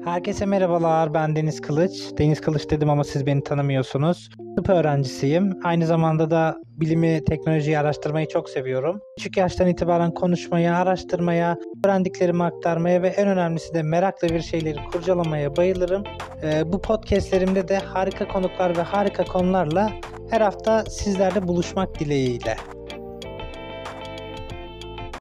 Herkese merhabalar, ben Deniz Kılıç. Deniz Kılıç dedim ama siz beni tanımıyorsunuz. Tıp öğrencisiyim. Aynı zamanda da bilimi, teknolojiyi araştırmayı çok seviyorum. Küçük yaştan itibaren konuşmaya, araştırmaya, öğrendiklerimi aktarmaya ve en önemlisi de merakla bir şeyleri kurcalamaya bayılırım. Bu podcastlerimde de harika konuklar ve harika konularla her hafta sizlerle buluşmak dileğiyle.